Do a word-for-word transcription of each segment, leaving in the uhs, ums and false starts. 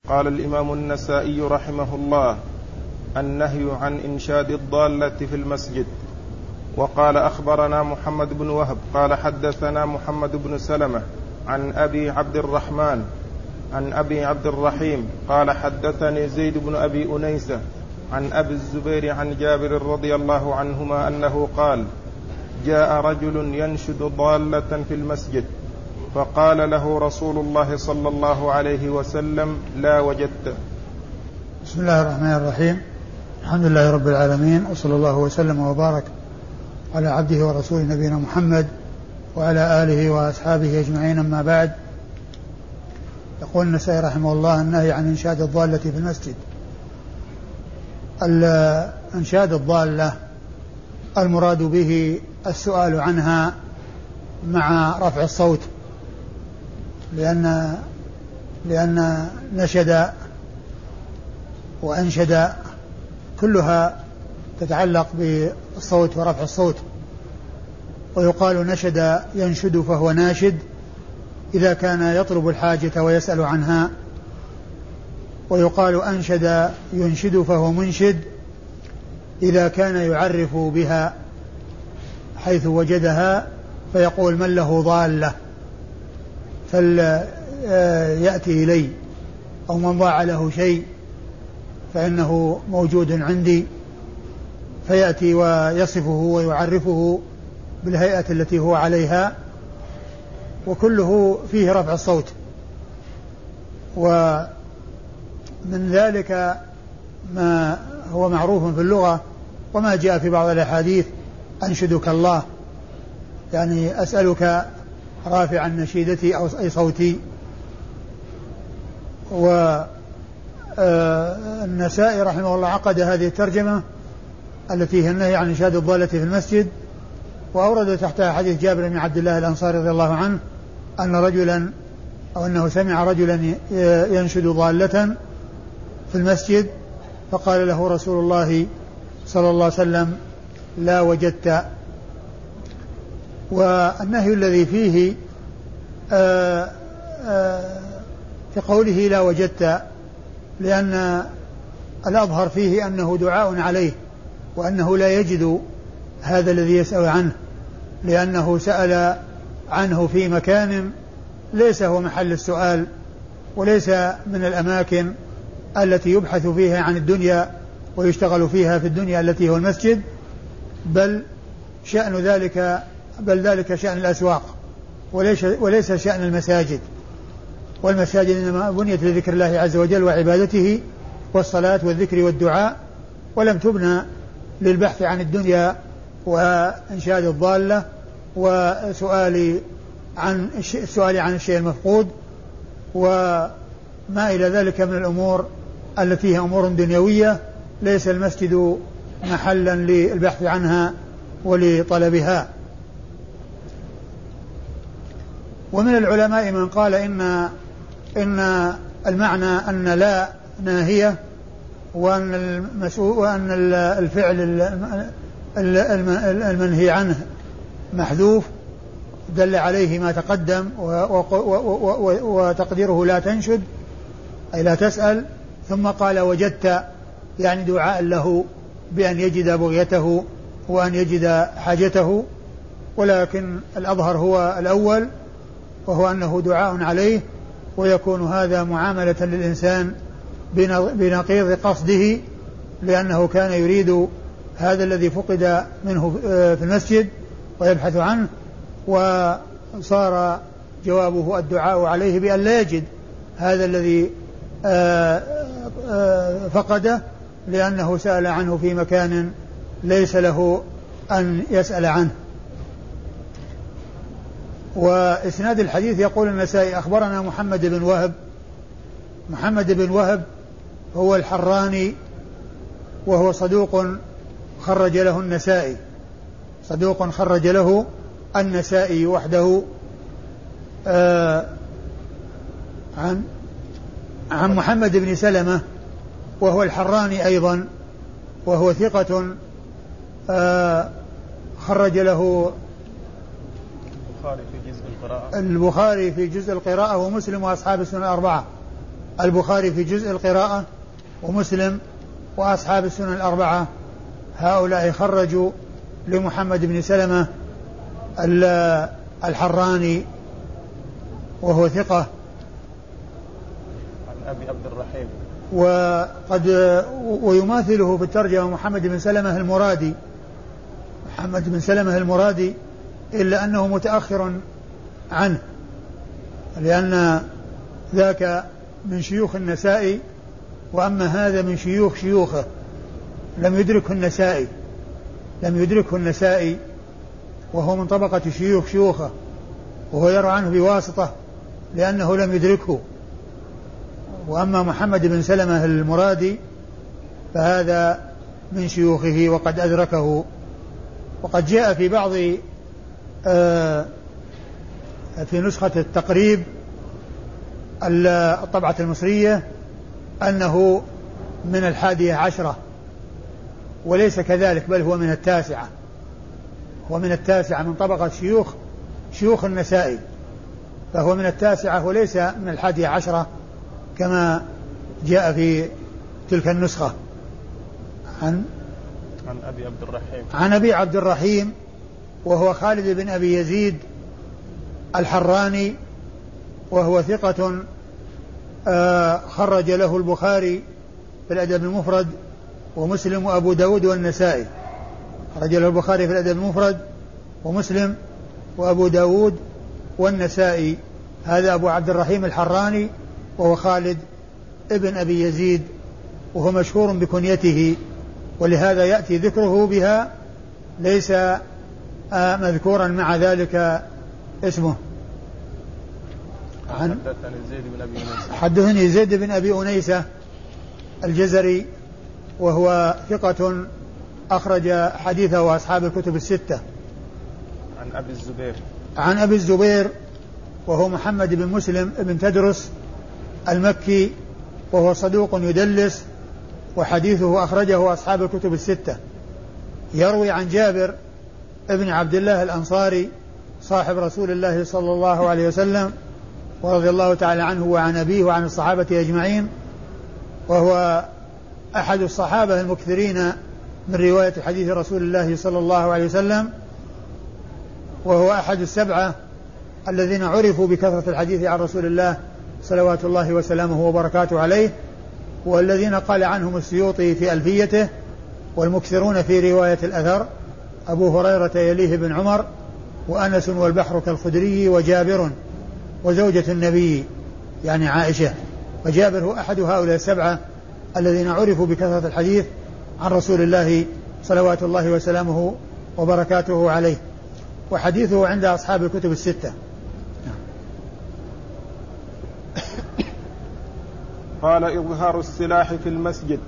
قال الإمام النسائي رحمه الله: النهي عن إنشاد الضالة في المسجد. وقال: أخبرنا محمد بن وهب قال حدثنا محمد بن سلمة عن أبي عبد الرحمن عن أبي عبد الرحيم قال حدثني زيد بن أبي أنيسة عن أبي الزبير عن جابر رضي الله عنهما أنه قال: جاء رجل ينشد ضالة في المسجد فقال له رسول الله صلى الله عليه وسلم: لا وجدت. بسم الله الرحمن الرحيم. الحمد لله رب العالمين، وصلى الله وسلم وبارك على عبده ورسوله نبينا محمد وعلى آله وأصحابه أجمعين، أما بعد. يقول النسائي رحمه الله: النهي عن إنشاد الضالة في المسجد. إنشاد الضالة المراد به السؤال عنها مع رفع الصوت، لأن لأن نشد وأنشد كلها تتعلق بالصوت ورفع الصوت. ويقال نشد ينشد فهو ناشد إذا كان يطلب الحاجة ويسأل عنها، ويقال أنشد ينشد فهو منشد إذا كان يعرف بها حيث وجدها فيقول: من له ضالة فليأتي إلي، أو من ضاع له شيء فإنه موجود عندي، فيأتي ويصفه ويعرفه بالهيئة التي هو عليها، وكله فيه رفع الصوت. ومن ذلك ما هو معروف في اللغة وما جاء في بعض الأحاديث: أنشدك الله، يعني أسألك رافع نشيدتي أو أي صوتي. والنسائي رحمه الله عقد هذه الترجمة التي هي النهي عن إنشاد الضالة في المسجد، وأورد تحتها حديث جابر بن عبد الله الأنصاري رضي الله عنه أن رجلا أو أنه سمع رجلا ينشد ضالة في المسجد فقال له رسول الله صلى الله عليه وسلم: لا وجدت. والنهي الذي فيه آآ آآ في قوله لا وجدت، لأن الأظهر فيه أنه دعاء عليه، وأنه لا يجد هذا الذي يسأل عنه، لأنه سأل عنه في مكان ليس هو محل السؤال، وليس من الأماكن التي يبحث فيها عن الدنيا ويشتغل فيها في الدنيا التي هو المسجد، بل شأن ذلك بل ذلك شأن الأسواق، وليس, وليس شأن المساجد. والمساجد إنما بنيت لذكر الله عز وجل وعبادته والصلاة والذكر والدعاء، ولم تبنى للبحث عن الدنيا وإنشاد الضالة وسؤال عن السؤال عن الشيء المفقود وما إلى ذلك من الأمور التي هي أمور دنيوية. ليس المسجد محلا للبحث عنها ولطلبها. ومن العلماء من قال إن إن المعنى أن لا ناهية، وأن المسؤول وأن الفعل المنهي عنه محذوف، دل عليه ما تقدم، وتقديره لا تنشد أي لا تسأل. ثم قال وجدت، يعني دعاء له بأن يجد بغيته وأن يجد حاجته، ولكن الأظهر هو الأول، وهو أنه دعاء عليه، ويكون هذا معاملة للإنسان بنقيض قصده، لأنه كان يريد هذا الذي فقد منه في المسجد ويبحث عنه، وصار جوابه الدعاء عليه بأن لا يجد هذا الذي فقده، لأنه سأل عنه في مكان ليس له أن يسأل عنه. وإسناد الحديث يقول النسائي: أخبرنا محمد بن وهب. محمد بن وهب هو الحراني، وهو صدوق خرج له النسائي صدوق خرج له النسائي وحده. آه عن عن محمد بن سلمة وهو الحراني أيضا، وهو ثقة آه خرج له البخاري في جزء القراءة البخاري في جزء القراءة ومسلم وأصحاب السنن الأربعة. البخاري في جزء القراءة ومسلم وأصحاب السنن الأربعة هؤلاء خرجوا لمحمد بن سلمة الحراني وهو ثقة عن أبي عبد الرحيم، وقد ويماثله في الترجمة محمد بن سلمة المرادي محمد بن سلمة المرادي إلا أنه متأخر عنه، لأن ذاك من شيوخ النسائي وأما هذا من شيوخ شيوخه، لم يدركه النسائي لم يدركه النسائي وهو من طبقة شيوخ شيوخه، وهو يروى عنه بواسطة لأنه لم يدركه. وأما محمد بن سلمة المرادي فهذا من شيوخه وقد أدركه. وقد جاء في بعض آه في نسخة التقريب الطبعة المصرية أنه من الحادية عشرة، وليس كذلك، بل هو من التاسعة هو من التاسعة من طبقة شيوخ شيوخ النسائي، فهو من التاسعة وليس من الحادية عشرة كما جاء في تلك النسخة. عن عن أبي عبد الرحيم عن أبي عبد الرحيم وهو خالد بن أبي يزيد الحراني، وهو ثقة آه خرج له البخاري في الأدب المفرد ومسلم وأبو داود والنسائي. خرج له البخاري في الأدب المفرد ومسلم وأبو داود والنسائي. هذا أبو عبد الرحيم الحراني وهو خالد ابن أبي يزيد، وهو مشهور بكنيته، ولهذا يأتي ذكره بها، ليس آه مذكورا مع ذلك اسمه. عن حدثني زيد بن أبي أنيسة حدثني زيد بن أبي أنيسة الجزري، وهو ثقة أخرج حديثه أصحاب الكتب الستة. عن أبي الزبير عن أبي الزبير وهو محمد بن مسلم بن تدرس المكي، وهو صدوق يدلس، وحديثه أخرجه أصحاب الكتب الستة. يروي عن جابر ابن عبد الله الأنصاري صاحب رسول الله صلى الله عليه وسلم ورضي الله تعالى عنه وعن أبيه وعن الصحابة أجمعين، وهو أحد الصحابة المكثرين من رواية حديث رسول الله صلى الله عليه وسلم، وهو أحد السبعة الذين عرفوا بكثرة الحديث عن رسول الله صلوات الله وسلامه وبركاته عليه، والذين قال عنهم السيوطي في ألفيته: والمكثرون في رواية الأثر أبو هريرة يليه بن عمر وأنس والبحر كالخدري وجابر وزوجة النبي يعني عائشة. فجابر هو أحد هؤلاء السبعة الذين عرفوا بكثرة الحديث عن رسول الله صلوات الله وسلامه وبركاته عليه، وحديثه عند أصحاب الكتب الستة. قال: إظهار السلاح في المسجد.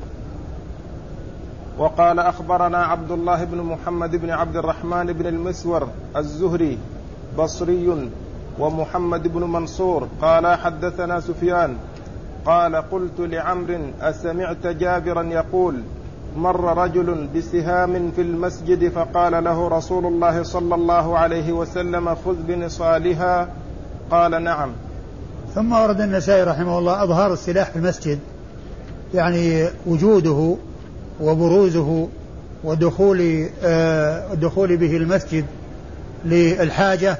وقال: أخبرنا عبد الله بن محمد بن عبد الرحمن بن المسور الزهري بصري، ومحمد بن منصور قال: حدثنا سفيان قال: قلت لعمرو: أسمعت جابرا يقول: مر رجل بسهام في المسجد فقال له رسول الله صلى الله عليه وسلم: خذ بنصالها. قال: نعم. ثم ورد النسائي رحمه الله أظهار السلاح في المسجد، يعني وجوده وبروزه ودخول آه الدخول به المسجد للحاجة.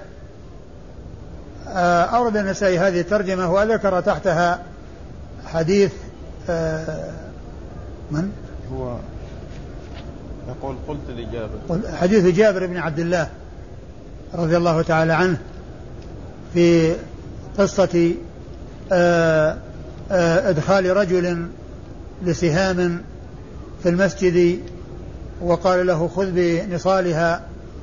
آه أورد النسائي هذه الترجمة وذكر تحتها حديث آه من هو يقول: قلت لجابر، حديث جابر بن عبد الله رضي الله تعالى عنه في قصة آه آه إدخال رجل لسهام في المسجد وقال له: خذ بنصالها.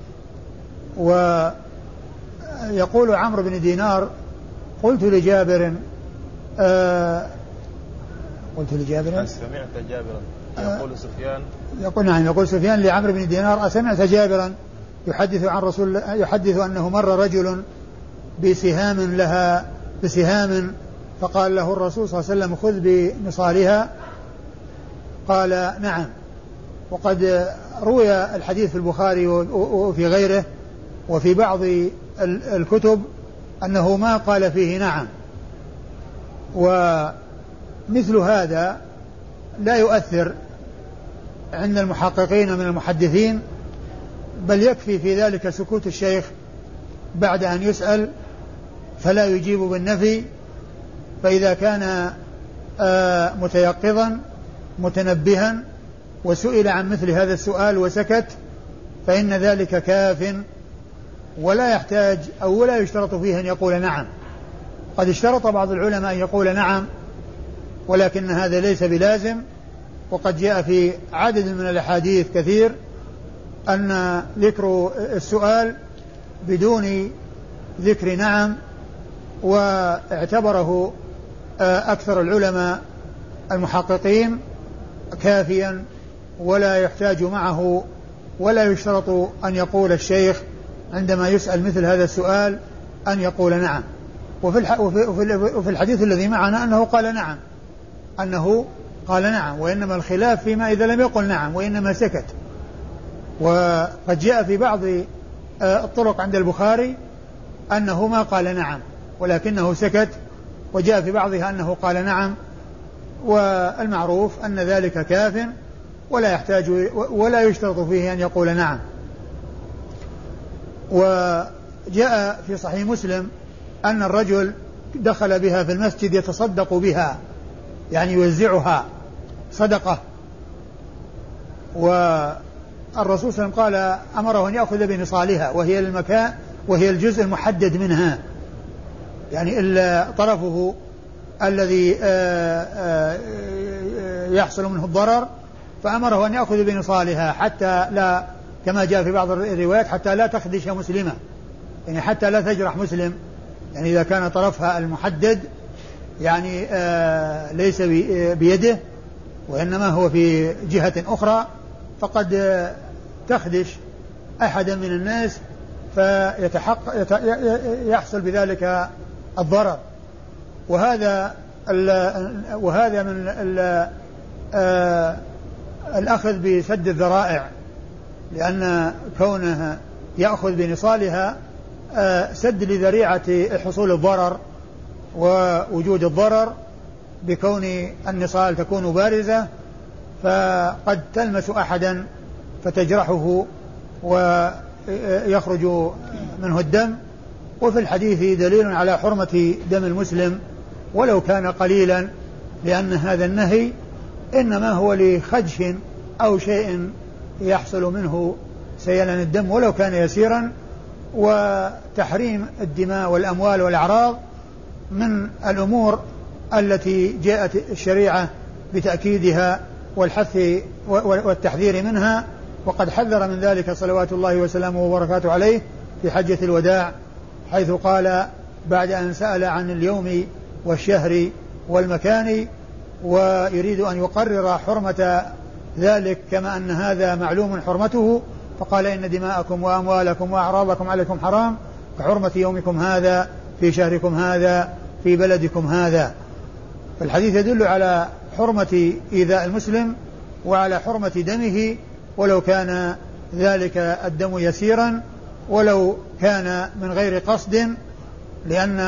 ويقول عمرو بن دينار: قلت لجابر آه قلت لجابر سمعت جابرا يقول آه سفيان يقول نعم يقول سفيان لعمرو بن دينار: أسمعت جابرا يحدث عن رسول يحدث أنه مر رجل بسهام لها بسهام فقال له الرسول صلى الله عليه وسلم: خذ بنصالها. قال: نعم. وقد روي الحديث في البخاري وفي غيره وفي بعض الكتب أنه ما قال فيه نعم، مثل هذا لا يؤثر عند المحققين من المحدثين، بل يكفي في ذلك سكوت الشيخ بعد أن يسأل فلا يجيب بالنفي. فإذا كان متيقظا متنبها وسئل عن مثل هذا السؤال وسكت فإن ذلك كاف، ولا يحتاج أو ولا يشترط فيه أن يقول نعم. قد اشترط بعض العلماء أن يقول نعم، ولكن هذا ليس بلازم. وقد جاء في عدد من الأحاديث كثير أن ذكر السؤال بدون ذكر نعم، واعتبره أكثر العلماء المحققين كافيا، ولا يحتاج معه ولا يشترط أن يقول الشيخ عندما يسأل مثل هذا السؤال أن يقول نعم. وفي, وفي الحديث الذي معنا أنه قال نعم أنه قال نعم، وإنما الخلاف فيما إذا لم يقل نعم وإنما سكت. وقد جاء في بعض الطرق عند البخاري أنه ما قال نعم ولكنه سكت، وجاء في بعضها أنه قال نعم. والمعروف أن ذلك كاف ولا يحتاج ولا يشترط فيه أن يقول نعم. وجاء في صحيح مسلم أن الرجل دخل بها في المسجد يتصدق بها، يعني يوزعها صدقة، والرسول صلى الله عليه وسلم قال أمره أن يأخذ بنصالها، وهي المكان وهي الجزء المحدد منها، يعني طرفه الذي يحصل منه الضرر، فأمره أن يأخذ بنصالها حتى لا، كما جاء في بعض الروايات، حتى لا تخدش مسلمة، يعني حتى لا تجرح مسلم. يعني إذا كان طرفها المحدد يعني آه ليس بيده وإنما هو في جهة أخرى، فقد آه تخدش أحدا من الناس فيتحقق يحصل بذلك الضرر. وهذا وهذا من آه الأخذ بسد الذرائع، لأن كونه يأخذ بنصالها آه سد لذريعة حصول الضرر ووجود الضرر، بكون النصال تكون بارزة فقد تلمس أحدا فتجرحه ويخرج منه الدم. وفي الحديث دليل على حرمة دم المسلم ولو كان قليلا، لأن هذا النهي إنما هو لخدش أو شيء يحصل منه سيلان الدم ولو كان يسيرا. وتحريم الدماء والأموال والأعراض من الأمور التي جاءت الشريعة بتأكيدها والحث والتحذير منها، وقد حذر من ذلك صلوات الله وسلامه وبركاته عليه في حجة الوداع، حيث قال بعد أن سأل عن اليوم والشهر والمكان ويريد أن يقرر حرمة ذلك كما أن هذا معلوم حرمته، فقال إن دماءكم وأموالكم وأعراضكم عليكم حرام كحرمة يومكم هذا في شهركم هذا في بلدكم هذا. فالحديث يدل على حرمة إيذاء المسلم وعلى حرمة دمه ولو كان ذلك الدم يسيرا ولو كان من غير قصد، لأن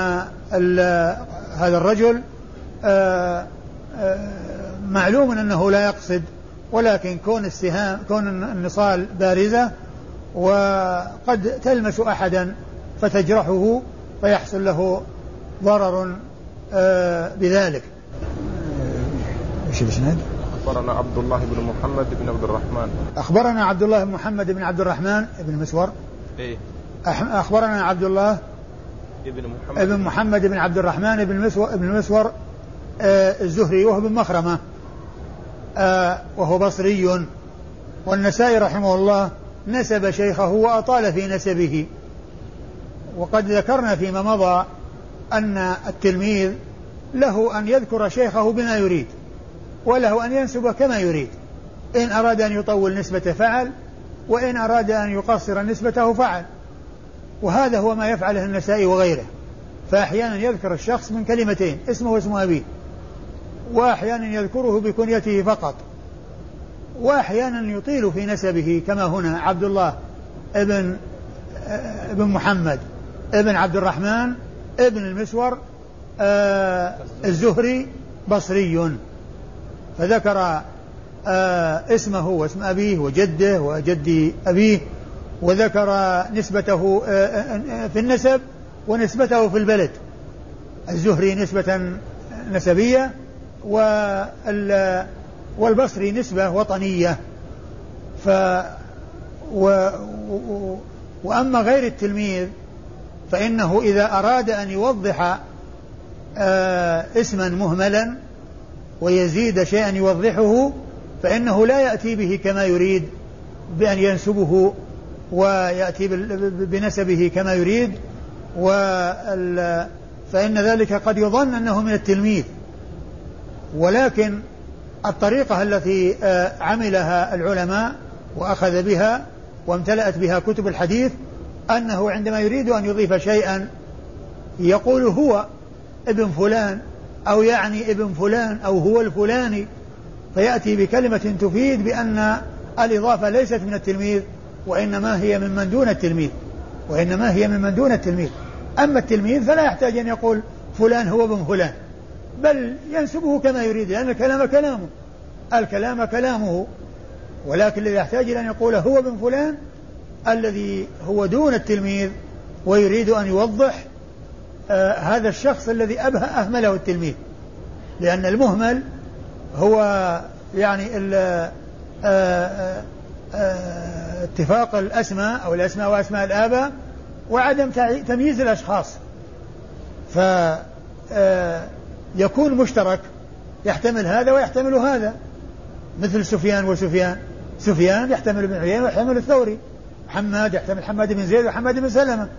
هذا الرجل آآ آآ معلوم أنه لا يقصد، ولكن كون السهام كون النصال بارزة وقد تلمس أحدا فتجرحه فيحصل له ضرر بذلك. ايش الاسناد؟ اخبرنا عبد الله بن محمد بن عبد الرحمن اخبرنا عبد الله بن محمد بن عبد الرحمن بن مسور ايه اخبرنا عبد الله ابن محمد ابن محمد بن عبد الرحمن بن مسور بن مسور آه الزهري وهو بن مخرمة آه وهو بصري. والنسائي رحمه الله نسب شيخه وأطال في نسبه، وقد ذكرنا فيما مضى أن التلميذ له أن يذكر شيخه بما يريد وله أن ينسب كما يريد، إن أراد أن يطول نسبته فعل، وإن أراد أن يقصر نسبته فعل. وهذا هو ما يفعله النسائي وغيره، فأحيانا يذكر الشخص من كلمتين اسمه واسم أبيه، وأحيانا يذكره بكنيته فقط، وأحيانا يطيل في نسبه كما هنا عبد الله ابن ابن محمد ابن عبد الرحمن ابن المسور آه الزهري بصري، فذكر آه اسمه واسم أبيه وجده وجد أبيه، وذكر نسبته آه في النسب ونسبته في البلد. الزهري نسبة نسبية والبصري نسبة وطنية. ف و و وأما غير التلميذ فإنه إذا أراد أن يوضح آه اسما مهملا ويزيد شيئا يوضحه فإنه لا يأتي به كما يريد بأن ينسبه ويأتي بنسبه كما يريد، فإن ذلك قد يظن أنه من التلميذ. ولكن الطريقة التي عملها العلماء وأخذ بها وامتلأت بها كتب الحديث أنه عندما يريد أن يضيف شيئا يقول هو ابن فلان أو يعني ابن فلان أو هو الفلاني، فيأتي بكلمة تفيد بأن الإضافة ليست من التلميذ وإنما هي ممن دون التلميذ وإنما هي ممن دون التلميذ. أما التلميذ فلا يحتاج أن يقول فلان هو ابن فلان، بل ينسبه كما يريد، لأن الكلام كلامه الكلام كلامه ولكن الذي يحتاج أن يقول هو ابن فلان الذي هو دون التلميذ ويريد أن يوضح آه هذا الشخص الذي أبه أهمله التلميذ، لأن المهمل هو يعني آه آه آه اتفاق الأسماء أو الأسماء وأسماء الآباء وعدم تمييز الأشخاص، فيكون مشترك يحتمل هذا ويحتمل هذا، مثل سفيان وسفيان، سفيان يحتمل ابن عيينة ويحتمل الثوري، حماد يحتمل حماد بن زيد وحماد بن سلمة.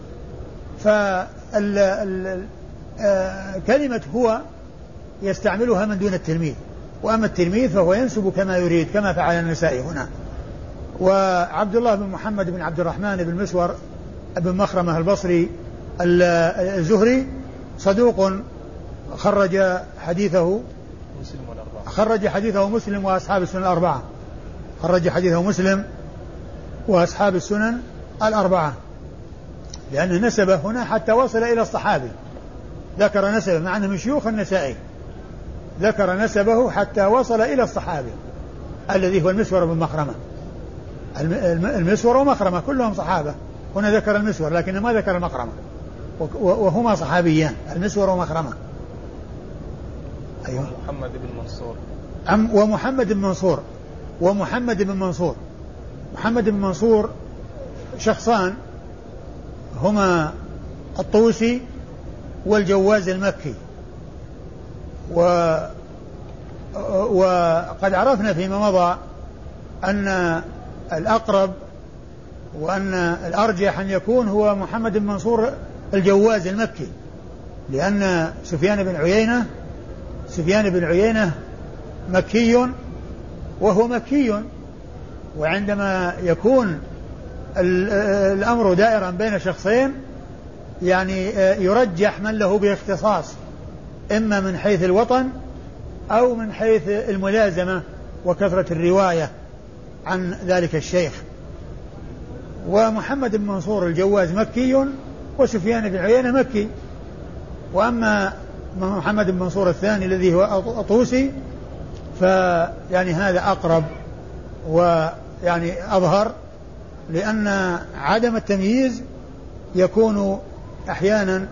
فكلمة هو يستعملها من دون التلميذ، وأما التلميذ فهو ينسب كما يريد كما فعل النسائي هنا. وعبد الله بن محمد بن عبد الرحمن بن مسور بن مخرمة البصري الزهري صدوق خرج حديثه مسلم والأربعة خرج حديثه مسلم وأصحاب السنن الأربعة خرج حديثه مسلم وأصحاب السنن الأربعة، لأنه نسبه هنا حتى وصل إلى الصحابي، ذكر نسبه مع أنه من شيوخ النسائي، ذكر نسبه حتى وصل إلى الصحابي الذي هو المسور بن مخرمة. المسور ومخرمة كلهم صحابة، هنا ذكر المسور لكن ما ذكر المخرمة، وهما صحابيان المسور ومخرمة. أيوة. محمد بن منصور أم ومحمد بن منصور ومحمد بن منصور محمد بن منصور شخصان هما الطوسي والجواز المكي. و وقد عرفنا فيما مضى أن الأقرب وأن الأرجح أن يكون هو محمد بن منصور الجواز المكي، لأن سفيان بن عيينة سفيان بن عيينة مكي وهو مكي، وعندما يكون الأمر دائرا بين شخصين يعني يرجح من له باختصاص، إما من حيث الوطن أو من حيث الملازمة وكثرة الرواية عن ذلك الشيخ. ومحمد بن منصور الجواز مكي وسفيان بن عيينة مكي. وأما محمد بن منصور الثاني الذي هو طوسي فيعني هذا أقرب ويعني أظهر، لأن عدم التمييز يكون أحيانا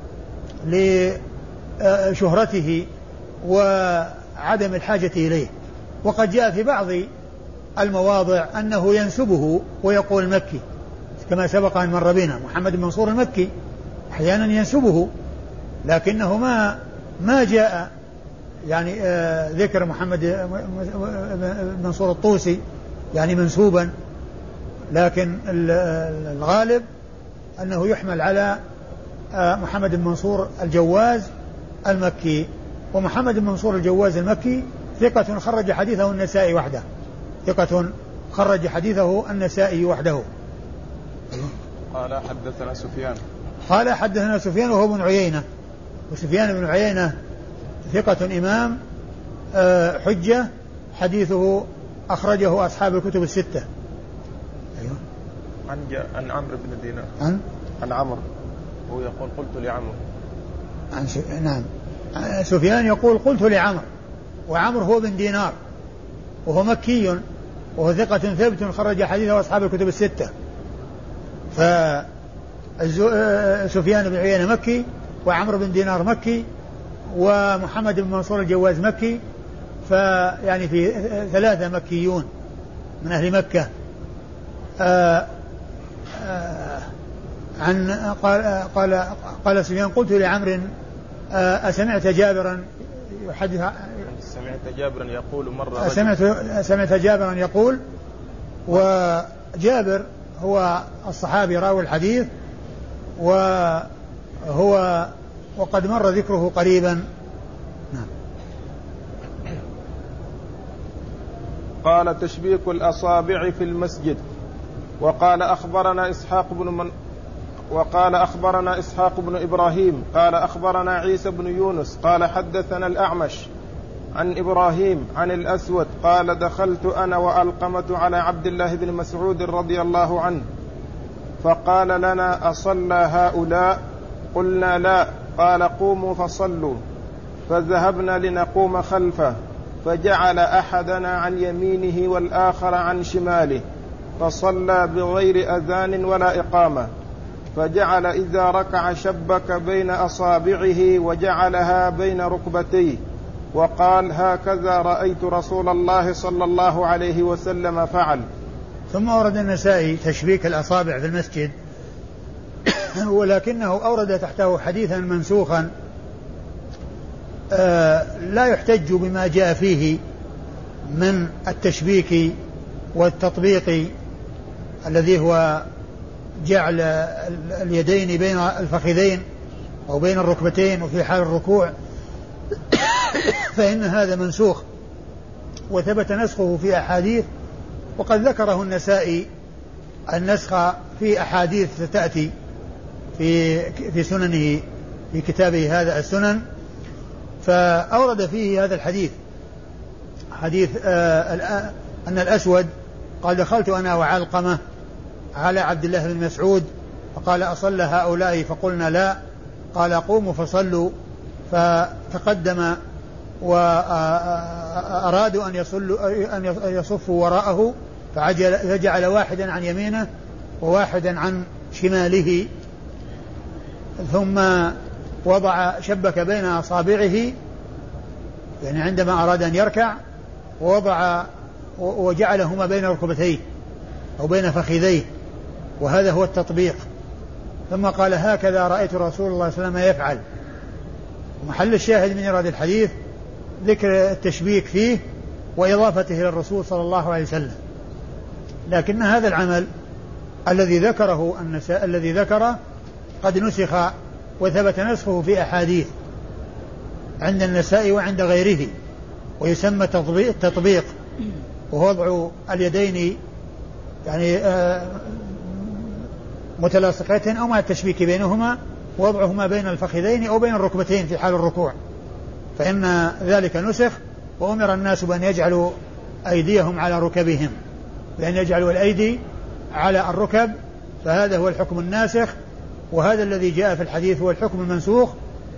لشهرته وعدم الحاجة إليه. وقد جاء في بعض المواضع أنه ينسبه ويقول مكي كما سبق أن مر بنا، محمد بن منصور المكي أحيانا ينسبه لكنه ما ما جاء يعني آه ذكر محمد بن منصور الطوسي يعني منسوبا، لكن الغالب أنه يحمل على آه محمد بن منصور الجواز المكي. ومحمد بن منصور الجواز المكي ثقة خرج حديثه النسائي وحده ثقة خرج حديثه النسائي وحده. قال حدثنا سفيان قال حدثنا سفيان وهو ابن عيينة، وسفيان بن عيينة ثقة إمام أه حجة، حديثه أخرجه أصحاب الكتب الستة. أيوه. عن عن عمرو بن دينار عن عن عمرو، هو يقول قلت لعمرو عن س... نعم سفيان يقول قلت لعمر، وعمر هو بن دينار وهو مكي وهو ثقة ثبت خرج حديثه أصحاب الكتب الستة. فسفيان بن عيينة مكي، وعمر بن دينار مكي، ومحمد بن منصور الجواز مكي، فيعني في ثلاثة مكيون من أهل مكة. آآ آآ عن قال قال قال سفيان قلت لعمر أسمعت جابرا يحدث، سمعت جابرا يقول مرة سمعت سمعت جابرا يقول، وجابر هو الصحابي راوي الحديث، وهو وقد مر ذكره قريبا. نعم. قال تشبيك الأصابع في المسجد. وقال أخبرنا إسحاق بن من وقال أخبرنا إسحاق بن إبراهيم قال أخبرنا عيسى بن يونس قال حدثنا الأعمش عن إبراهيم عن الأسود قال دخلت أنا وألقمة على عبد الله بن مسعود رضي الله عنه فقال لنا أصلى هؤلاء؟ قلنا لا. قال قوموا فصلوا. فذهبنا لنقوم خلفه فجعل أحدنا عن يمينه والآخر عن شماله فصلى بغير أذان ولا إقامة، فجعل إذا ركع شبك بين أصابعه وجعلها بين ركبتيه وقال هكذا رأيت رسول الله صلى الله عليه وسلم فعل. ثم أورد النسائي تشبيك الأصابع في المسجد، ولكنه أورد تحته حديثا منسوخا آه لا يحتج بما جاء فيه من التشبيك والتطبيق الذي هو جعل اليدين بين الفخذين أو بين الركبتين وفي حال الركوع، فإن هذا منسوخ وثبت نسخه في أحاديث، وقد ذكره النسائي النسخ في أحاديث ستأتي في في سننه في كتابه هذا السنن، فأورد فيه هذا الحديث حديث آه أن الأسود قال دخلت أنا وعلقمة على عبد الله بن مسعود فقال أصلى هؤلاء؟ فقلنا لا. قال قوموا فصلوا. فتقدم وأرادوا أن يصلوا أن يصفوا وراءه، فجعل واحدا عن يمينه وواحدا عن شماله، ثم وضع شبك بين أصابعه يعني عندما أراد أن يركع، ووضع وجعلهما بين ركبتيه أو بين فخذيه، وهذا هو التطبيق. ثم قال هكذا رأيت رسول الله صلى الله عليه وسلم يفعل. محل الشاهد من إيراد الحديث ذكر التشبيك فيه وإضافته إلى الرسول صلى الله عليه وسلم، لكن هذا العمل الذي ذكره النساء الذي ذكره قد نسخ وثبت نسخه في أحاديث عند النساء وعند غيره، ويسمى التطبيق، وهو وضع اليدين يعني متلاصقتين أو مع التشبيك بينهما، وضعهما بين الفخذين أو بين الركبتين في حال الركوع، فإن ذلك نسخ. وأمر الناس بأن يجعلوا أيديهم على ركبهم، بأن يجعلوا الأيدي على الركب، فهذا هو الحكم الناسخ، وهذا الذي جاء في الحديث هو الحكم المنسوخ.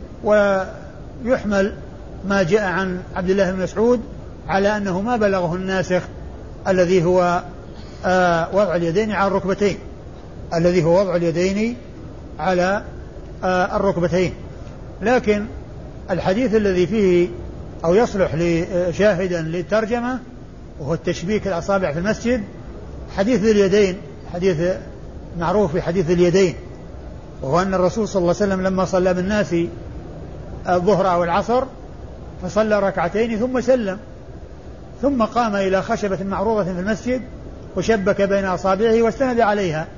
ويحمل ما جاء عن عبد الله بن مسعود على أنه ما بلغه الناسخ الذي هو آه وضع اليدين على الركبتين، الذي هو وضع اليدين على آه الركبتين. لكن الحديث الذي فيه أو يصلح شاهدا للترجمة وهو التشبيك الأصابع في المسجد حديث اليدين، حديث معروف في حديث اليدين، وهو أن الرسول صلى الله عليه وسلم لما صلى بالناس الظهر أو العصر فصلى ركعتين ثم سلم، ثم قام إلى خشبة معروضة في المسجد وشبك بين أصابعه واستند عليها،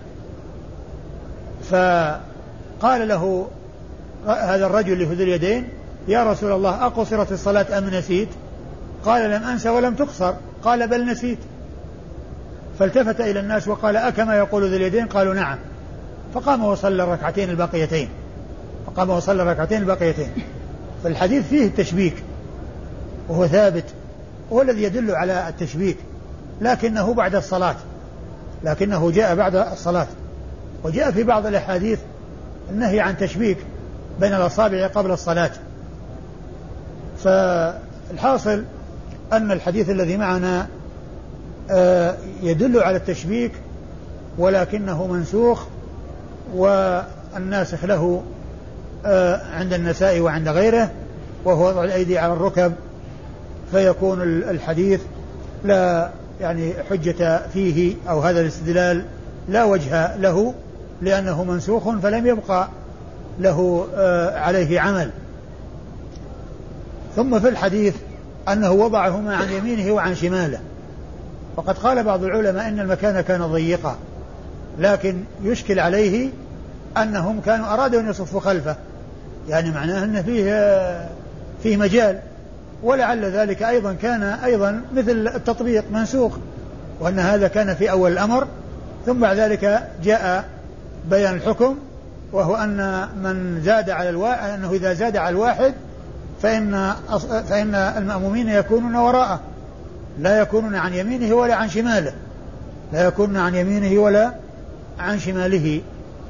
فقال له هذا الرجل ذو اليدين يا رسول الله أقصرت الصلاة أم نسيت؟ قال لم أنس ولم تقصر. قال بل نسيت. فالتفت إلى الناس وقال أكما يقول ذو اليدين؟ قالوا نعم. فقام وصلى الركعتين الباقيتين فقام وصلى الركعتين الباقيتين فالحديث فيه التشبيك وهو ثابت، وهو الذي يدل على التشبيك، لكنه بعد الصلاة، لكنه جاء بعد الصلاة. وجاء في بعض الأحاديث النهي عن تشبيك بين الأصابع قبل الصلاة، فالحاصل أن الحديث الذي معنا يدل على التشبيك ولكنه منسوخ، والناسخ له عند النسائي وعند غيره وهو وضع الأيدي على الركب، فيكون الحديث لا يعني حجة فيه أو هذا الاستدلال لا وجه له لأنه منسوخ فلم يبقى له عليه عمل. ثم في الحديث أنه وضعهما عن يمينه وعن شماله، وقد قال بعض العلماء إن المكان كان ضيقا، لكن يشكل عليه أنهم كانوا أرادوا أن يصفوا خلفه، يعني معناه أن فيه فيه مجال، ولعل ذلك أيضا كان أيضا مثل التطبيق منسوخ، وأن هذا كان في أول الأمر، ثم بعد ذلك جاء بيان الحكم، وهو أن من زاد على الواحد أنه إذا زاد على الواحد فإن فإن المأمومين يكونون وراءه، لا يكونون عن يمينه ولا عن شماله، لا يكونون عن يمينه ولا عن شماله.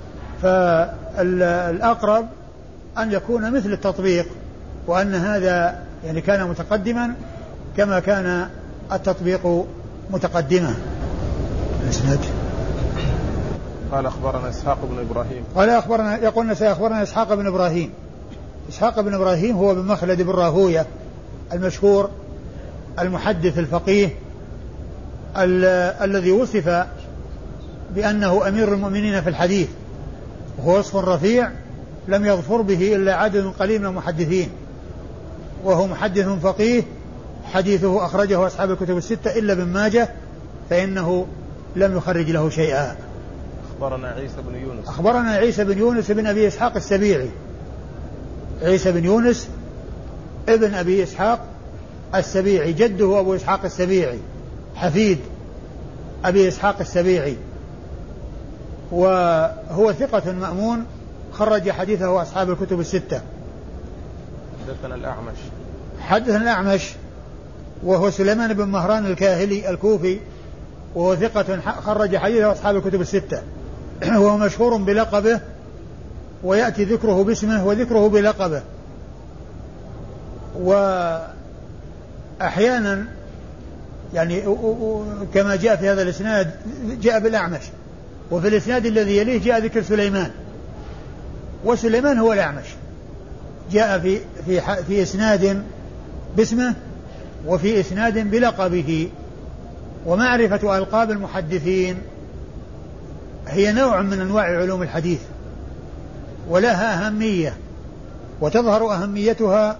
فالأقرب أن يكون مثل التطبيق، وأن هذا يعني كان متقدما كما كان التطبيق متقدما. الإسناد قال أخبرنا إسحاق بن إبراهيم قال أخبرنا يقولنا سيخبرنا إسحاق بن إبراهيم. إسحاق بن إبراهيم هو بن مخلد بن راهوية المشهور المحدث الفقيه ال- الذي وصف بأنه أمير المؤمنين في الحديث، وهو وصف رفيع لم يظفر به إلا عدد قليل من المحدثين، وهو محدث فقيه حديثه أخرجه أصحاب الكتب الستة إلا ابن ماجه فإنه لم يخرج له شيئا. أخبرنا عيسى بن يونس أخبرنا عيسى بن يونس بن أبي إسحاق السبيعي. عيسى بن يونس ابن أبي إسحاق السبيعي، جده أبو إسحاق السبيعي حفيد أبي إسحاق السبيعي، وهو ثقة مأمون خرج حديثه أصحاب الكتب الستة. حدثنا الأعمش حدثنا الأعمش وهو سليمان بن مهران الكاهلي الكوفي، وهو ثقة خرج حديثه أصحاب الكتب الستة، وهو مشهور بلقبه ويأتي ذكره باسمه وذكره بلقبه. وأحيانا يعني كما جاء في هذا الإسناد جاء بالأعمش، وفي الإسناد الذي يليه جاء ذكر سليمان، وسليمان هو الأعمش، جاء في في في إسناد باسمه وفي إسناد بلقبه. ومعرفة ألقاب المحدثين هي نوع من أنواع علوم الحديث ولها أهمية، وتظهر أهميتها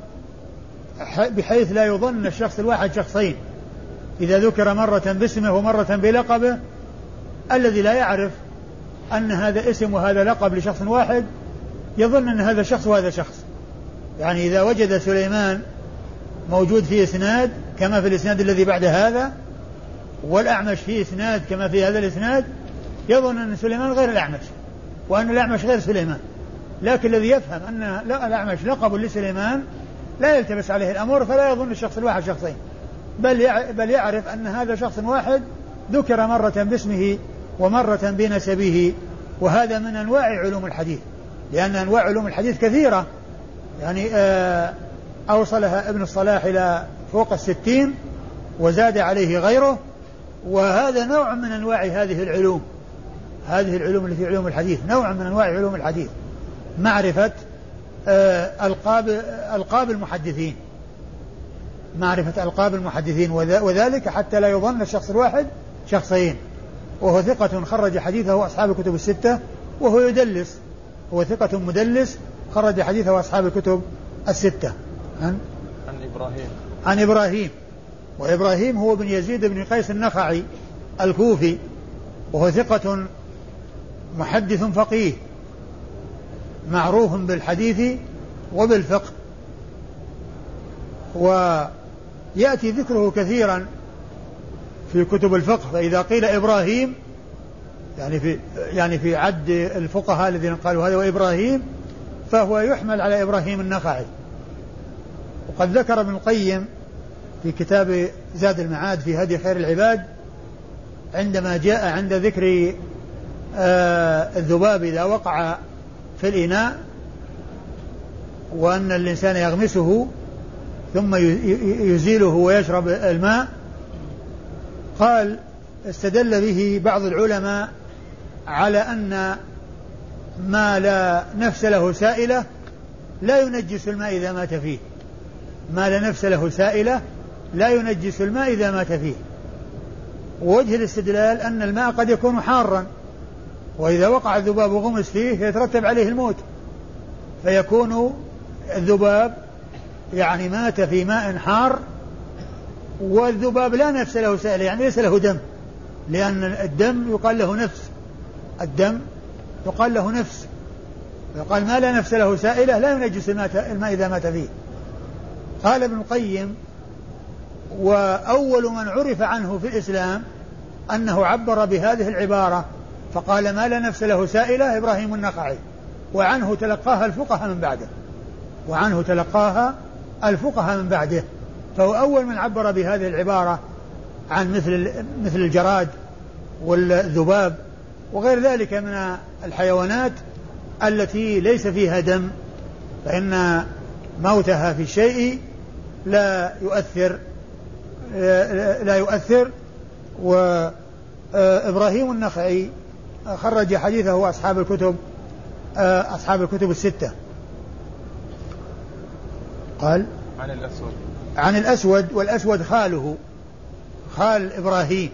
بحيث لا يظن الشخص الواحد شخصين، إذا ذكر مرة باسمه ومرة بلقبه الذي لا يعرف أن هذا اسم وهذا لقب لشخص واحد يظن أن هذا شخص وهذا شخص. يعني إذا وجد سليمان موجود في إسناد كما في الإسناد الذي بعد هذا، والأعمش في إسناد كما في هذا الإسناد، يظن أن سليمان غير الأعمش وأن الأعمش غير سليمان. لكن الذي يفهم أن الأعمش لقب لسليمان لا يلتبس عليه الأمر، فلا يظن الشخص الواحد شخصين، بل بل يعرف أن هذا شخص واحد ذكر مرة باسمه ومرة بنسبه. وهذا من أنواع علوم الحديث، لأن أنواع علوم الحديث كثيرة، يعني أوصلها ابن الصلاح إلى فوق الستين وزاد عليه غيره، وهذا نوع من أنواع هذه العلوم. هذه العلوم التي في علوم الحديث نوع من أنواع علوم الحديث، معرفة ألقاب ألقاب المحدثين، معرفة ألقاب المحدثين، وذلك حتى لا يظن الشخص الواحد شخصين. وهو ثقة خرج حديثه أصحاب الكتب الستة، وهو يدلس، هو ثقة مدلس خرج حديثه أصحاب الكتب الستة. عن عن إبراهيم عن إبراهيم وإبراهيم هو بن يزيد بن قيس النخعي الكوفي، وهو ثقة محدث فقيه معروف بالحديث وبالفقه، ويأتي ذكره كثيرا في كتب الفقه. فإذا قيل إبراهيم يعني في يعني في عد الفقهاء الذين قالوا هذا وإبراهيم، فهو يحمل على إبراهيم النخعي. وقد ذكر ابن القيم في كتاب زاد المعاد في هدي خير العباد عندما جاء عند ذكر آه الذباب إذا وقع في الإناء وأن الإنسان يغمسه ثم يزيله ويشرب الماء. قال استدل به بعض العلماء على أن ما لا نفس له سائلة لا ينجس الماء إذا مات فيه، ما لا نفس له سائلة لا ينجس الماء إذا مات فيه. ووجه الاستدلال أن الماء قد يكون حارا، وإذا وقع الذباب وغمس فيه يترتب عليه الموت، فيكون الذباب يعني مات في ماء حار، والذباب لا نفس له سائلة يعني ليس له دم، لأن الدم يقال له نفس، الدم يقال له نفس، يقال ما لا نفس له سائلة لا ينجس الماء إذا مات فيه. قال ابن القيم: وأول من عرف عنه في الإسلام أنه عبر بهذه العبارة فقال ما لا نفس له سائلة إبراهيم النخعي، وعنه تلقاها الفقهاء من بعده، وعنه تلقاها الفقهاء من بعده، فهو أول من عبر بهذه العبارة عن مثل مثل الجراد والذباب وغير ذلك من الحيوانات التي ليس فيها دم، فإن موتها في الشيء لا يؤثر لا يؤثر. وإبراهيم النخعي خرج حديثه أصحاب الكتب أصحاب الكتب الستة. قال عن الأسود عن الأسود والأسود خاله، خال إبراهيم،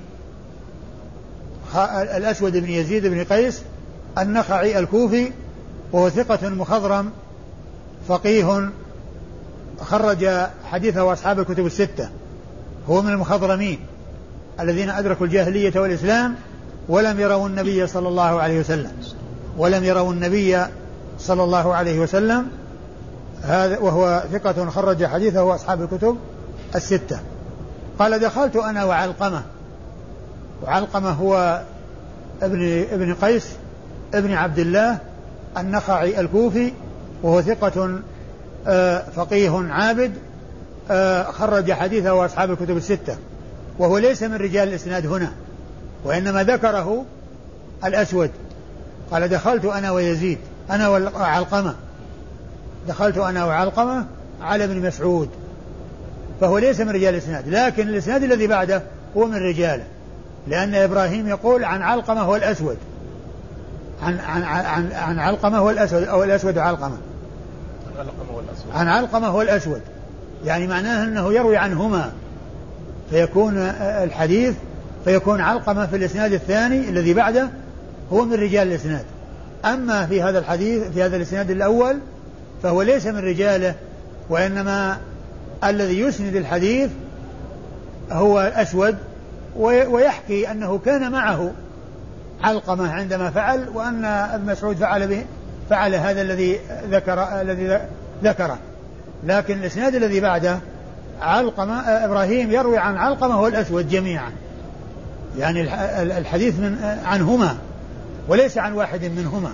الأسود بن يزيد بن قيس النخعي الكوفي، وهو ثقة مخضرم فقيه خرج حديثه أصحاب الكتب الستة، هو من المخضرمين الذين أدركوا الجاهلية والإسلام ولم يروا النبي صلى الله عليه وسلم ولم يروا النبي صلى الله عليه وسلم هذا، وهو ثقة خرج حديثه أصحاب الكتب الستة. قال دخلت أنا وعلقمة، وعلقمة هو ابن ابن قيس ابن عبد الله النخعي الكوفي، وهو ثقة فقيه عابد خرج حديثه أصحاب الكتب الستة، وهو ليس من رجال الإسناد هنا، وإنما ذكره الأسود. قال دخلت أنا ويزيد أنا وعلقمة، دخلت أنا وعلقمة على ابن مسعود، فهو ليس من رجال الإسناد، لكن الإسناد الذي بعده هو من رجاله، لأن إبراهيم يقول عن علقمة هو الأسود، عن عن عن, عن علقمة هو الأسود أو الأسود وعلقمة، عن علقمة هو الأسود، يعني معناه أنه يروي عنهما، فيكون الحديث فيكون علقمة في الإسناد الثاني الذي بعده هو من رجال الإسناد. أما في هذا الحديث في هذا الإسناد الأول فهو ليس من رجاله، وإنما الذي يسند الحديث هو الأسود، ويحكي أنه كان معه علقمة عندما فعل، وأن ابن مسعود فعل به فعل هذا الذي ذكر الذي ذكره. لكن الإسناد الذي بعده علقمة إبراهيم يروي عن علقمة هو الأسود جميعا، يعني الحديث من عنهما وليس عن واحد منهما.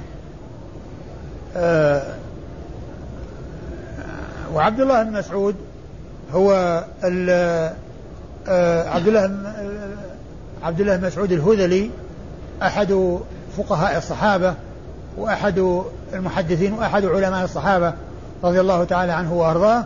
أه وعبد الله بن مسعود هو أه عبد الله عبد الله بن مسعود الهذلي، أحد فقهاء الصحابة وأحد المحدثين وأحد علماء الصحابة رضي الله تعالى عنه وأرضاه،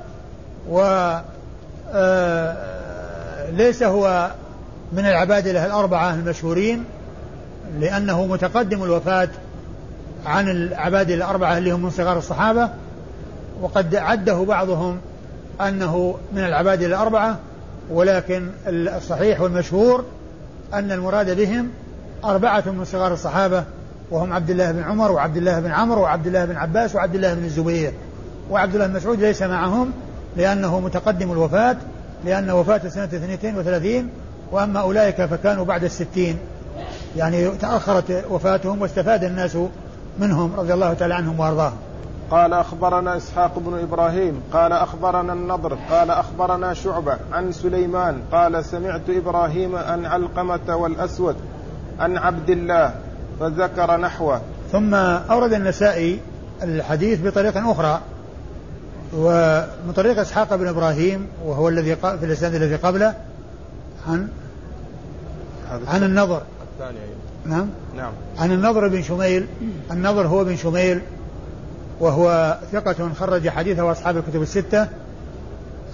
وليس هو من العبادلة الأربعة المشهورين، لأنه متقدم الوفاة عن العبادلة الأربعة اللي هم من صغار الصحابة، وقد عده بعضهم أنه من العبادلة الأربعة، ولكن الصحيح والمشهور أن المراد بهم أربعة من صغار الصحابة، وهم عبد الله بن عمر وعبد الله بن عمرو وعبد الله بن عباس وعبد الله بن الزبير. وعبد الله بن مسعود ليس معهم لأنه متقدم الوفاة، لأن وفاته سنة اثنتين وثلاثين، وأما أولئك فكانوا بعد الستين، يعني تأخرت وفاتهم واستفاد الناس منهم رضي الله تعالى عنهم وأرضاهم. قال أخبرنا إسحاق بن إبراهيم قال أخبرنا النضر قال أخبرنا شعبة عن سليمان قال سمعت إبراهيم عن علقمة والأسود عن عبد الله فذكر نحوه. ثم أورد النسائي الحديث بطريقة أخرى، ومن طريق إسحاق بن إبراهيم وهو الذي في الإسناد الذي قبله عن عن النضر الثاني. نعم نعم عن النضر بن شميل. النضر هو بن شميل وهو ثقة خرج حديثه أصحاب الكتب الستة. عن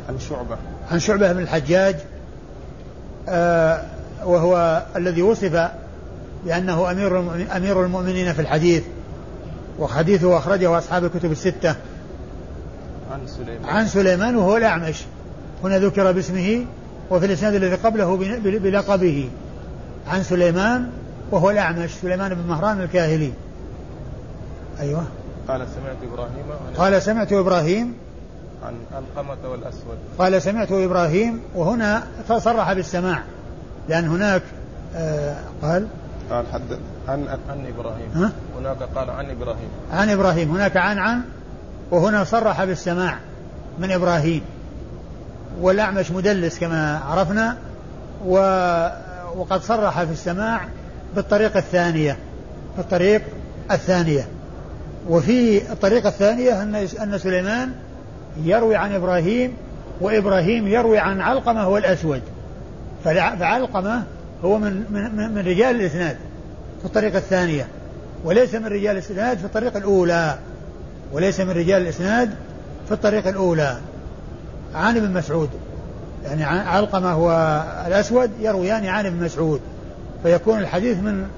عن شعبة عن شعبة بن الحجاج آه وهو الذي وصف بأنه أمير أمير المؤمنين في الحديث، وحديثه أخرجه أصحاب الكتب الستة. عن سليمان عن سليمان وهو الأعمش، هنا ذكر باسمه وفي الإسناد الذي قبله بلقبه. عن سليمان وهو الأعمش سليمان بن مهران الكاهلي. أيوة. قال سمعت إبراهيم قال سمعت إبراهيم عن القمة والأسود. قال سمعت إبراهيم، وهنا صرح بالسماع لأن هناك آه قال قال حد عن عن إبراهيم ها؟ هناك قال عن إبراهيم عن إبراهيم، هناك عن عن وهنا صرح بالسماع من إبراهيم. والأعمش مدلس كما عرفنا، و وقد صرح في السماع بالطريقة الثانية بالطريق الثانية وفي الطريقة الثانية أن أن سليمان يروي عن إبراهيم، وإبراهيم يروي عن علقمة والأسود، فعلقمة هو من من من رجال الإسناد في الطريقة الثانية، وليس من رجال الإسناد في الطريقة الأولى وليس من رجال الإسناد في الطريقة الأولى عن ابن مسعود، يعني علقمة والأسود يرويان عن ابن مسعود، فيكون الحديث من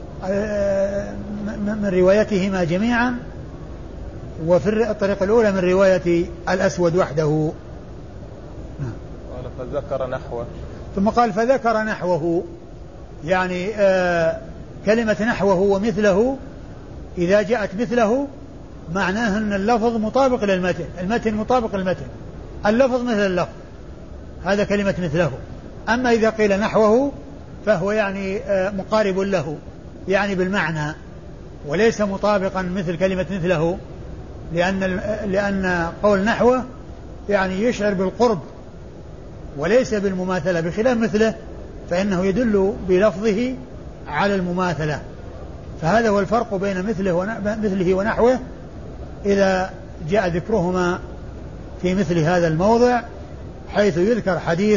من روايتهما جميعا، وفي الطريقة الأولى من رواية الأسود وحده. قال فذكر نحوه، ثم قال فذكر نحوه، يعني آه كلمة نحوه ومثله إذا جاءت مثله معناه أن اللفظ مطابق للمتن، المتن مطابق للمتن، اللفظ مثل اللفظ، هذا كلمة مثله. أما إذا قيل نحوه فهو يعني آه مقارب له، يعني بالمعنى، وليس مطابقا مثل كلمة مثله، لأن لأن قول نحوه يعني يشعر بالقرب وليس بالمماثلة، بخلاف مثله فإنه يدل بلفظه على المماثلة. فهذا هو الفرق بين مثله مثله ونحوه إذا جاء ذكرهما في مثل هذا الموضع، حيث يذكر حديث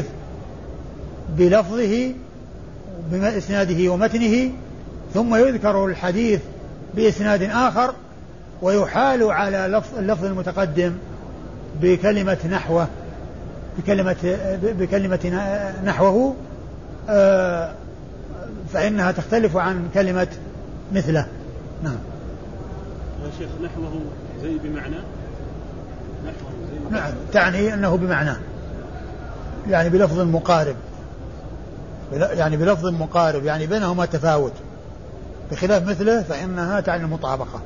بلفظه بإسناده ومتنه، ثم يذكر الحديث بإسناد آخر ويحال على اللفظ المتقدم بكلمة نحوه بكلمة بكلمة نحوه آه فإنها تختلف عن كلمة مثله. نعم. يا شيخ نحوه زي بمعنى نحوه زي نعم، تعني أنه بمعنى، يعني بلفظ مقارب، يعني بلفظ مقارب، يعني بينهما تفاوت، بخلاف مثله فإنها تعني المطابقة.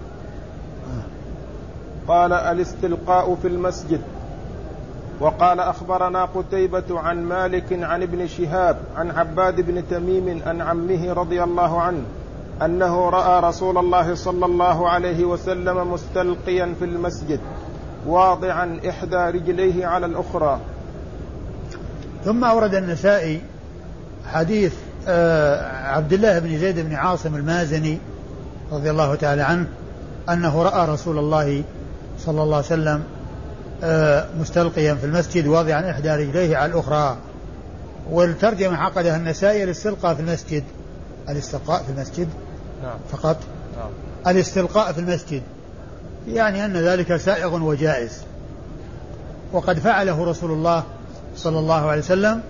قال الاستلقاء في المسجد. وقال أخبرنا قتيبة عن مالك عن ابن شهاب عن عباد بن تميم عن عمه رضي الله عنه أنه رأى رسول الله صلى الله عليه وسلم مستلقيا في المسجد واضعا إحدى رجليه على الأخرى. ثم أورد النسائي حديث عبد الله بن زيد بن عاصم المازني رضي الله تعالى عنه أنه رأى رسول الله صلى الله عليه وسلم مستلقيا في المسجد واضعا إحدى رجليه على الأخرى. والترجمة عقدها النسائي الاستلقاء في المسجد، الاستلقاء في المسجد نعم. فقط نعم. الاستلقاء في المسجد، يعني أن ذلك سائغ وجائز، وقد فعله رسول الله صلى الله عليه وسلم،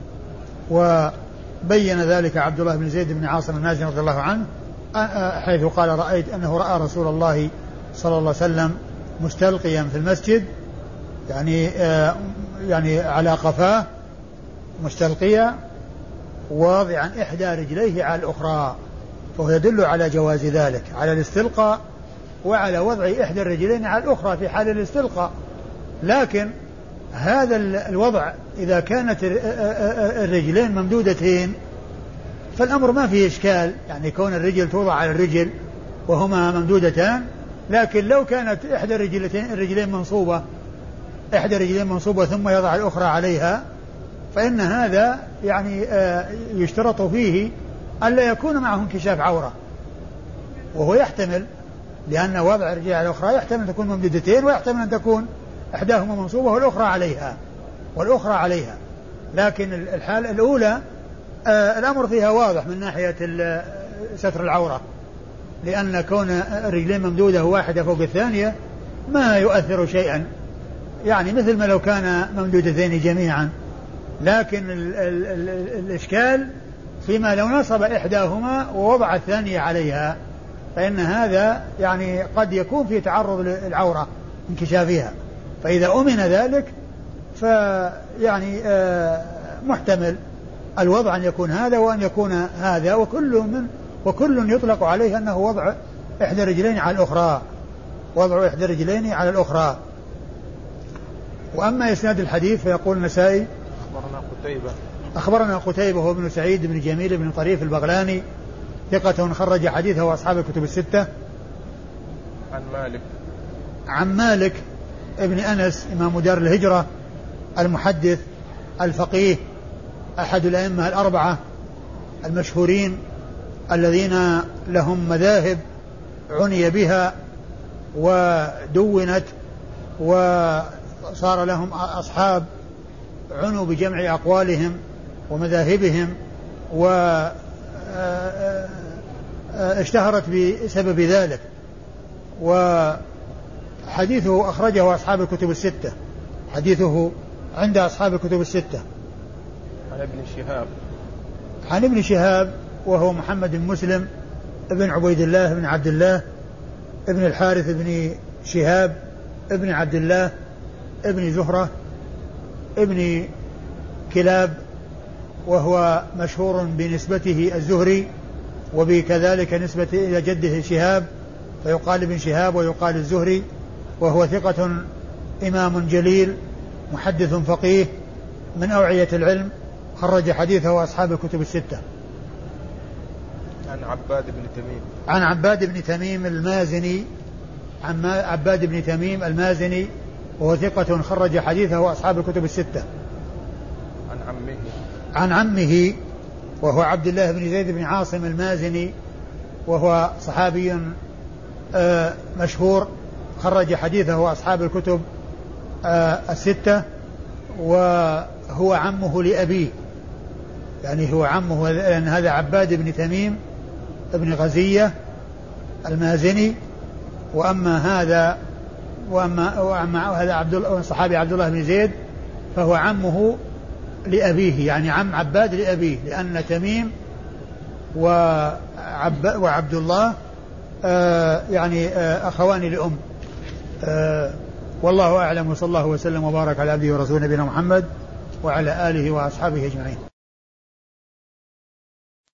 وبين ذلك عبد الله بن زيد بن عاصم المازني رضي الله عنه حيث قال رأيت أنه رأى رسول الله صلى الله عليه وسلم مستلقيا في المسجد، يعني آه يعني على قفاه مستلقيا واضعا إحدى رجليه على الأخرى، فهو يدل على جواز ذلك، على الاستلقاء وعلى وضع إحدى الرجلين على الأخرى في حال الاستلقاء. لكن هذا الوضع إذا كانت الرجلين ممدودتين فالأمر ما فيه إشكال، يعني كون الرجل توضع على الرجل وهما ممدودتان، لكن لو كانت إحدى الرجلين الرجلين منصوبة إحدى الرجلين منصوبة ثم يضع الأخرى عليها، فإن هذا يعني يشترط فيه ألا يكون معه انكشاف عورة، وهو يحتمل، لأن وضع الرجل على الأخرى يحتمل أن تكون ممدودتين ويحتمل أن تكون إحداهما منصوبة والأخرى عليها والأخرى عليها لكن الحالة الأولى آه الأمر فيها واضح من ناحية ستر العورة، لأن كون الرجلين ممدودة واحدة فوق الثانية ما يؤثر شيئا، يعني مثل ما لو كان ممدودتين جميعا، لكن ال ال ال الإشكال فيما لو نصب إحداهما ووضع الثانية عليها، فإن هذا يعني قد يكون في تعرض للعورة انكشافها، فإذا أمن ذلك فيعني آه محتمل الوضع أن يكون هذا وأن يكون هذا، وكل من وكل يطلق عليه أنه وضع إحدى رجلين على الأخرى، وضع إحدى رجلين على الأخرى. وأما إسناد الحديث فيقول النسائي أخبرنا قتيبة أخبرنا قتيبة هو ابن سعيد بن جميل بن طريف البغلاني ثقة خرج حديثه وأصحاب الكتب الستة. عن مالك عن مالك ابن أنس إمام دار الهجرة المحدث الفقيه أحد الأئمة الأربعة المشهورين الذين لهم مذاهب عني بها ودونت وصار لهم أصحاب عنوا بجمع أقوالهم ومذاهبهم واشتهرت بسبب ذلك. وحديثه أخرجه أصحاب الكتب الستة، حديثه عند أصحاب الكتب الستة. عن ابن شهاب عن ابن شهاب وهو محمد بن مسلم ابن عبيد الله بن عبد الله ابن الحارث بن شهاب ابن عبد الله ابن زهرة ابن كلاب، وهو مشهور بنسبته الزهري وبكذلك نسبة إلى جده شهاب، فيقال ابن شهاب ويقال الزهري، وهو ثقة إمام جليل محدث فقيه من أوعية العلم، خرج حديثه أصحاب الكتب الستة. عن عباد بن تميم عن عباد بن تميم المازني عن عباد بن تميم المازني وهو ثقة خرج حديثه أصحاب الكتب الستة. عن عمه عن عمه وهو عبد الله بن زيد بن عاصم المازني، وهو صحابي مشهور خرج حديثه أصحاب الكتب الستة، وهو عمه لأبيه، يعني هو عمه، لأن هذا عباد بن تميم ابن غزية المازني، وأما هذا وأما, وأما هذا عبد الله صحابي عبد الله بن زيد فهو عمه لأبيه، يعني عم عباد لأبيه، لأن تميم وعب وعبد الله آه يعني آه أخوان لأم. آه والله أعلم، وصلى الله وسلم وبارك على عبده ورسوله نبينا محمد وعلى آله وأصحابه أجمعين.